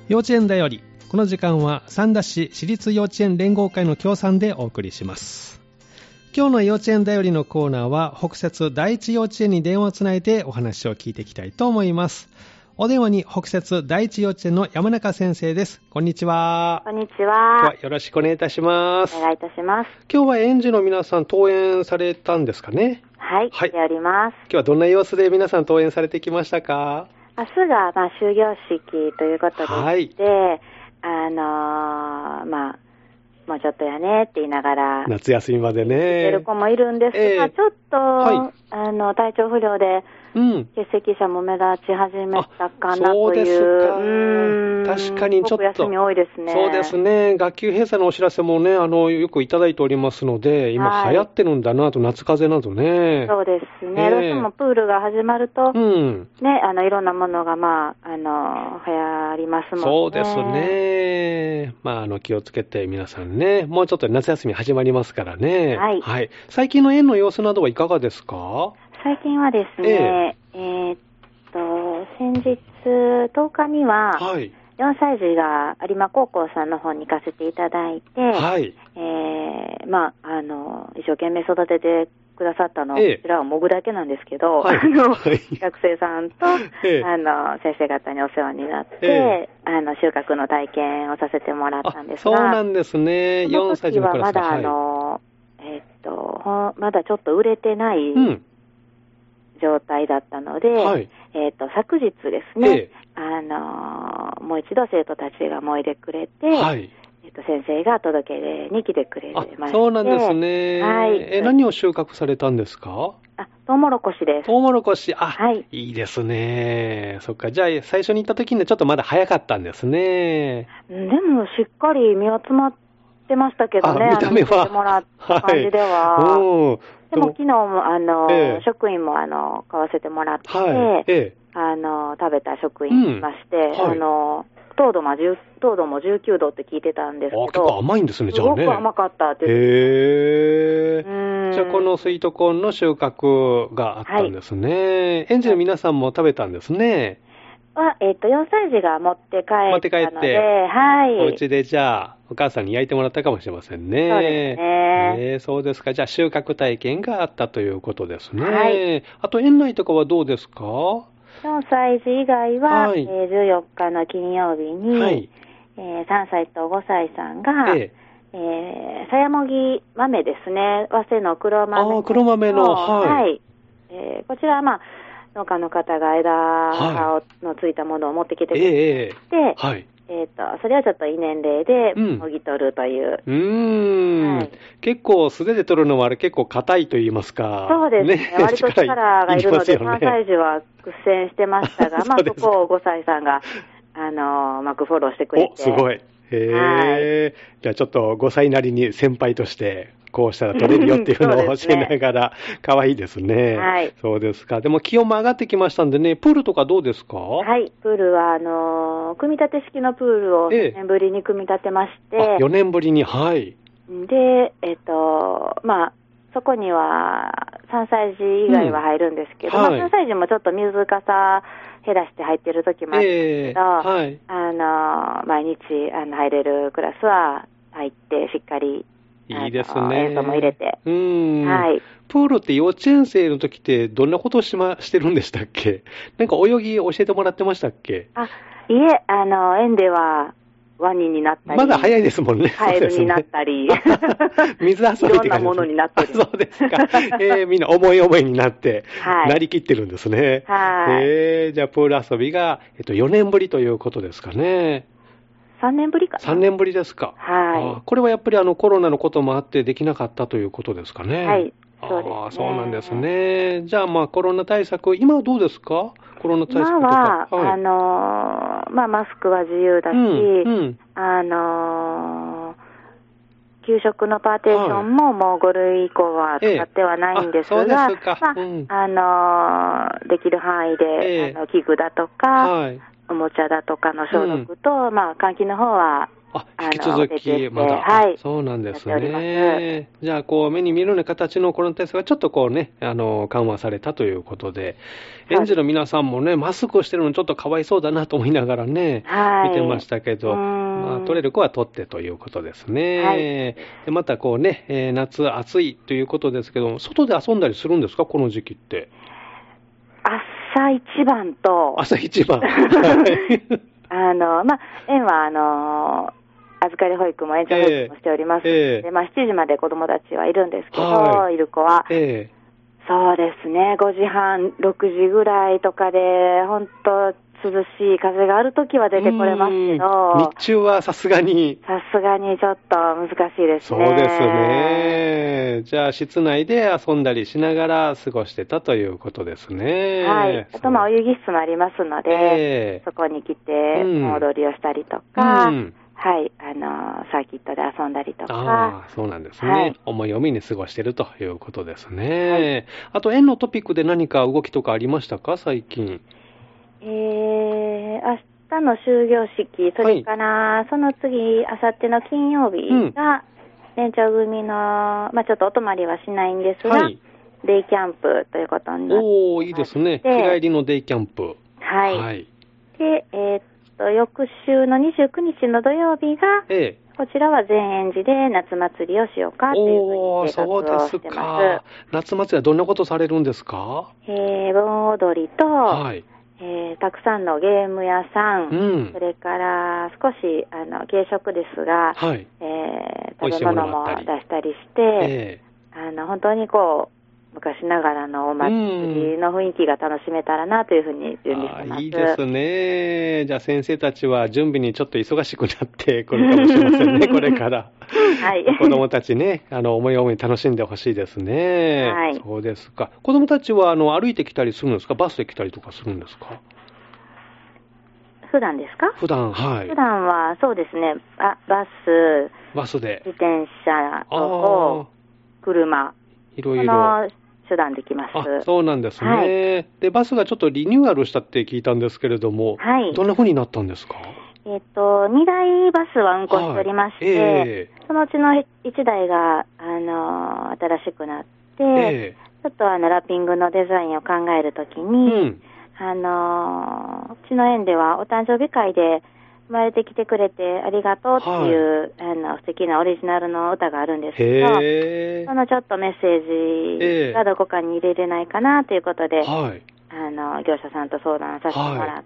幼稚園だより。この時間は三田市私立幼稚園連合会の協賛でお送りします。今日の幼稚園だよりのコーナーは北摂第一幼稚園に電話をつないでお話を聞いていきたいと思います。お電話に北摂第一幼稚園の山中先生です。こんにちは。 こんにちは。 よろしくお願いいたします。 お願いいたします。 今日は園児の皆さん登園されたんですかね。 はい、しております。 今日はどんな様子で皆さん登園されてきましたか？ 明日が終業式ということでして、もうちょっとやねって言いながら夏休みまでね出る子もいるんですが、ちょっと、体調不良で欠席者も目立ち始めたかなという。 確かにちょっと休み多いですね。 そうですね。学級閉鎖のお知らせもね、よくいただいておりますので、今流行ってるんだなと、夏風邪などね。 そうですね。どうしてもプールが始まると、ね、いろんなものが流行りますもんね。 そうですね。気をつけて皆さんね、もうちょっと夏休み始まりますからね。はい。最近の園の様子などはいかがですか？ 最近はですね、先日10日には、4歳児が有馬高校さんの方に行かせていただいて、一生懸命育ててくださったの、こちらはもぐだけなんですけど、学生さんと、先生方にお世話になって、収穫の体験をさせてもらったんですが、 そうなんですね。4歳児のクラスはまだちょっと売れてない状態だったので、昨日ですね、もう一度生徒たちがもいでくれて、先生が届け出に来てくれまして。 そうなんですね。何を収穫されたんですか？ トウモロコシです。 トウモロコシ、いいですね。そっか、じゃあ最初に行った時にはちょっとまだ早かったんですね。 でもしっかり実は詰まってましたけどね、 見た目は。 見てもらった感じでは。でも昨日も職員も買わせてもらって、食べた職員いまして、糖度も19度って聞いてたんですけど、 結構甘いんですね、じゃあね。 すごく甘かったって言って。 じゃあこのスイートコーンの収穫があったんですね。園児の皆さんも食べたんですね。 4歳児が持って帰ったので、 お家でじゃあお母さんに焼いてもらったかもしれませんね。 そうですね。 そうですか。じゃあ収穫体験があったということですね。あと園内とかはどうですか ？4歳児以外は、14日の金曜日に、3歳と5歳さんが、さやもぎ豆ですね、早生の黒豆。 黒豆の、 こちらは農家の方が枝のついたものを持ってきてくれて、それをちょっといい年齢でもぎ取るという。 結構素手で取るのは結構硬いと言いますか。 そうですね。割と力がいるので、3歳児は苦戦してましたが、そこを5歳さんが、うまくフォローしてくれて。 すごい。じゃあちょっと5歳なりに先輩として、こうしたら取れるよっていうのを教えながら、可愛いですね。そうですか。でも気温も上がってきましたんでね、プールとかどうですか？ プールは、組み立て式のプールを4年ぶりに組み立てまして。 4年ぶりに、 で、そこには3歳児以外は入るんですけど、3歳児もちょっと水かさ減らして入ってる時もあるんですけど、毎日入れるクラスは入ってしっかりいいですね。 演奏も入れて。 プールって幼稚園生の時ってどんなことをしてるんでしたっけ？なんか泳ぎ教えてもらってましたっけ？ いえ、園ではワニになったり。 まだ早いですもんね。 カエルになったり。 水遊びって感じ。 いろんなものになってる。 そうですか。みんな思い思いになって、なりきってるんですね。じゃあプール遊びが、4年ぶりということですかね。 3年ぶりかな。 3年ぶりですか。これはやっぱりコロナのこともあってできなかったということですかね。 そうですね。 そうなんですね。じゃあコロナ対策、今はどうですか？コロナ対策とか。 今は、マスクは自由だし、給食のパーテーションももう5類以降は使ってはないんですが、できる範囲で、器具だとか、おもちゃだとかの消毒と、換気の方は引き続き、まだ、はい、そうなんですね。じゃあ、こう、目に見えるような形のコロナ対策がちょっとこうね、緩和されたということで、園児の皆さんもね、マスクをしてるのちょっとかわいそうだなと思いながらね、見てましたけど、まあ、取れる子は取ってということですね。でまたこうね、夏暑いということですけど、外で遊んだりするんですか、この時期って。 朝一番と。 朝一番。 まあ、園は、預かり保育も園長保育もしておりますので、まあ、7時まで子供たちはいるんですけど、いる子は。そうですね、5時半、6時ぐらいとかで、本当涼しい風があるときは出てこれますけど、 日中はさすがにちょっと難しいですね。 そうですね。じゃあ、室内で遊んだりしながら過ごしてたということですね。 はい。あと、まあ、お遊戯室もありますので、そこに来て、踊りをしたりとか、はい、サーキットで遊んだりとか。 そうなんですね。はい、思い思いに過ごしてるということですね。あと、園のトピックで何か動きとかありましたか、最近。 明日の終業式、それからその次、あさっての金曜日が、園長組の、まあちょっとお泊まりはしないんですが、デイキャンプということになって。 いいですね。日帰りのデイキャンプ。 はい。で、翌週の29日の土曜日が、こちらは全園児で夏祭りをしようかというふうに計画をしてます。 夏祭りはどんなことされるんですか？ 盆踊りと、たくさんのゲーム屋さん、それから少し軽食ですが、食べ物も出したりして、本当にこう、昔ながらのお祭りの雰囲気が楽しめたらなというふうに準備してます。 いいですね。じゃあ先生たちは準備にちょっと忙しくなってくるかもしれませんね、これから。はい。子供たちね、思い思いに楽しんでほしいですね。はい。そうですか。子供たちは歩いてきたりするんですか？バスで来たりとかするんですか？ 普段ですか？ 普段、はい。 普段はそうですね、 バスで。 自転車と車。 いろいろ。 手段できます。 そうなんですね。で、バスがちょっとリニューアルしたって聞いたんですけれども、どんな風になったんですか ？2台バスは運行しておりまして、そのうちの1台が、新しくなって、ちょっとラッピングのデザインを考えるときに、うちの園ではお誕生日会で生まれてきてくれてありがとうっていう、素敵なオリジナルの歌があるんですけど、そのちょっとメッセージがどこかに入れれないかなということで、業者さんと相談させてもらって、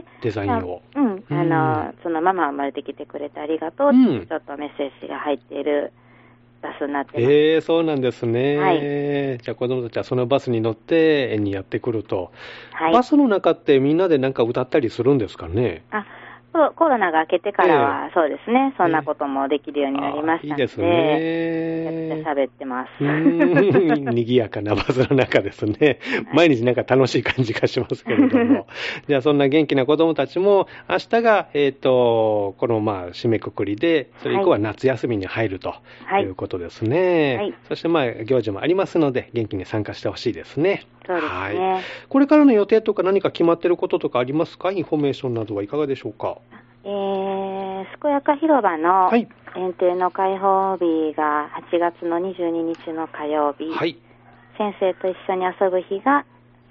デザインを。 そのまま生まれてきてくれてありがとうっていう、ちょっとメッセージが入っているバスになってます。 そうなんですね。じゃあ子供たちはそのバスに乗って園にやってくると。バスの中ってみんなでなんか歌ったりするんですかね？ コロナが明けてからは、そうですね、そんなこともできるようになりましたので、いいですね。やって喋ってます。 賑やかなバスの中ですね。毎日なんか楽しい感じがしますけれども。じゃあそんな元気な子供たちも、明日が、この締めくくりで、それ以降は夏休みに入るということですね。そして行事もありますので、元気に参加してほしいですね。 そうですね。 これからの予定とか何か決まっていることとかありますか？インフォメーションなどはいかがでしょうか？ 健やか広場の園庭の開放日が8月の22日の火曜日、先生と一緒に遊ぶ日が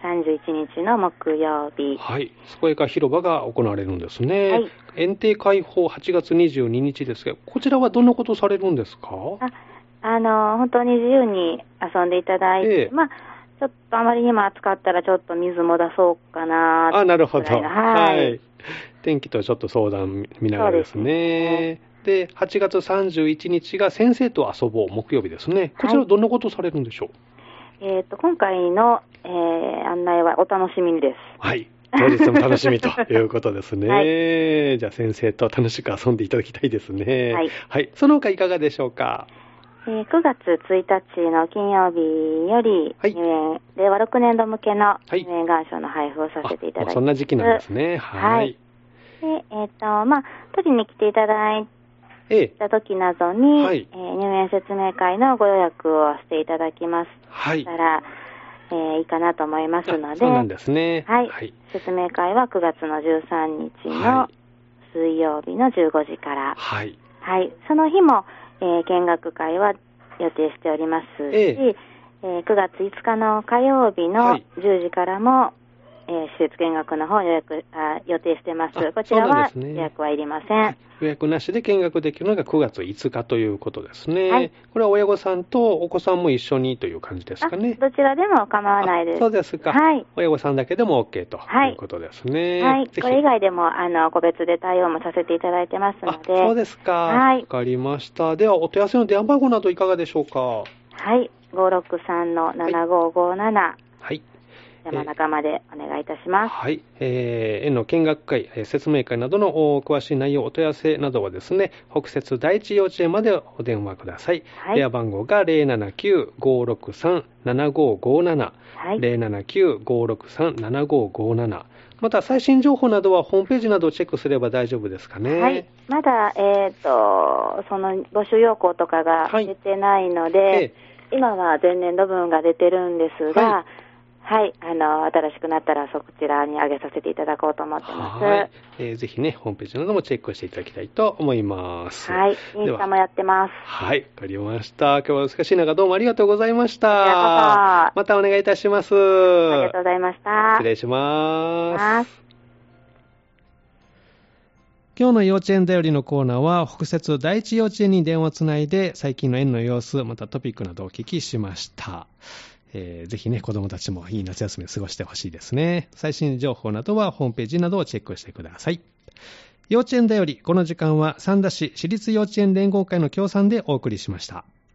31日の木曜日。 健やか広場が行われるんですね。園庭開放8月22日ですが、こちらはどんなことされるんですか？ 本当に自由に遊んでいただいて、ちょっとあまりにも暑かったらちょっと水も出そうかな。 なるほど。天気とちょっと相談見ながらですね。で、8月31日が先生と遊ぼう木曜日ですね。こちらはどんなことされるんでしょう？ 今回の、案内はお楽しみにです。 当日も楽しみということですね。じゃあ先生と楽しく遊んでいただきたいですね。その他いかがでしょうか ？9月1日の金曜日より、令和6年度向けの入園願書の配布をさせていただきます。 そんな時期なんですね。 で、取りに来ていただいた時などに、入園説明会のご予約をしていただきますから、いいかなと思いますので、 そうなんですね。 説明会は9月の13日の水曜日の15時から。 はい。その日も、見学会は予定しておりますし、9月5日の火曜日の10時からも、施設見学の方予定してます。こちらは予約はいりません。 予約なしで見学できるのが9月5日ということですね。はい、これは親御さんとお子さんも一緒にという感じですかね。 どちらでも構わないです。 そうですか。はい。親御さんだけでも OK ということですね。 はい。これ以外でも個別で対応もさせていただいてますので。 そうですか。はい。わかりました。ではお問い合わせの電話番号などいかがでしょうか。 はい。563-7557。はい。山中までお願いいたします。 はい。園の見学会、説明会などの詳しい内容、お問い合わせなどはですね、北摂第一幼稚園までお電話ください。はい、電話番号が 079-563-7557、はい、079-563-7557。また最新情報などはホームページなどをチェックすれば大丈夫ですかね。 はい。まだ、その募集要項とかが出てないので、今は前年度分が出てるんですが、はい、新しくなったらそちらに上げさせていただこうと思ってます。 はい。ぜひね、ホームページなどもチェックしていただきたいと思います。 はい。インスタもやってます。 はい。わかりました。今日は難しい中どうもありがとうございました。またお願いいたします。ありがとうございました。 失礼します。今日の幼稚園だよりのコーナーは北摂第一幼稚園に電話をつないで最近の園の様子、またトピックなどをお聞きしました。ぜひね、子どもたちもいい夏休みを過ごしてほしいですね。最新情報などはホームページなどをチェックしてください。幼稚園だより、この時間は三田市私立幼稚園連合会の協賛でお送りしました。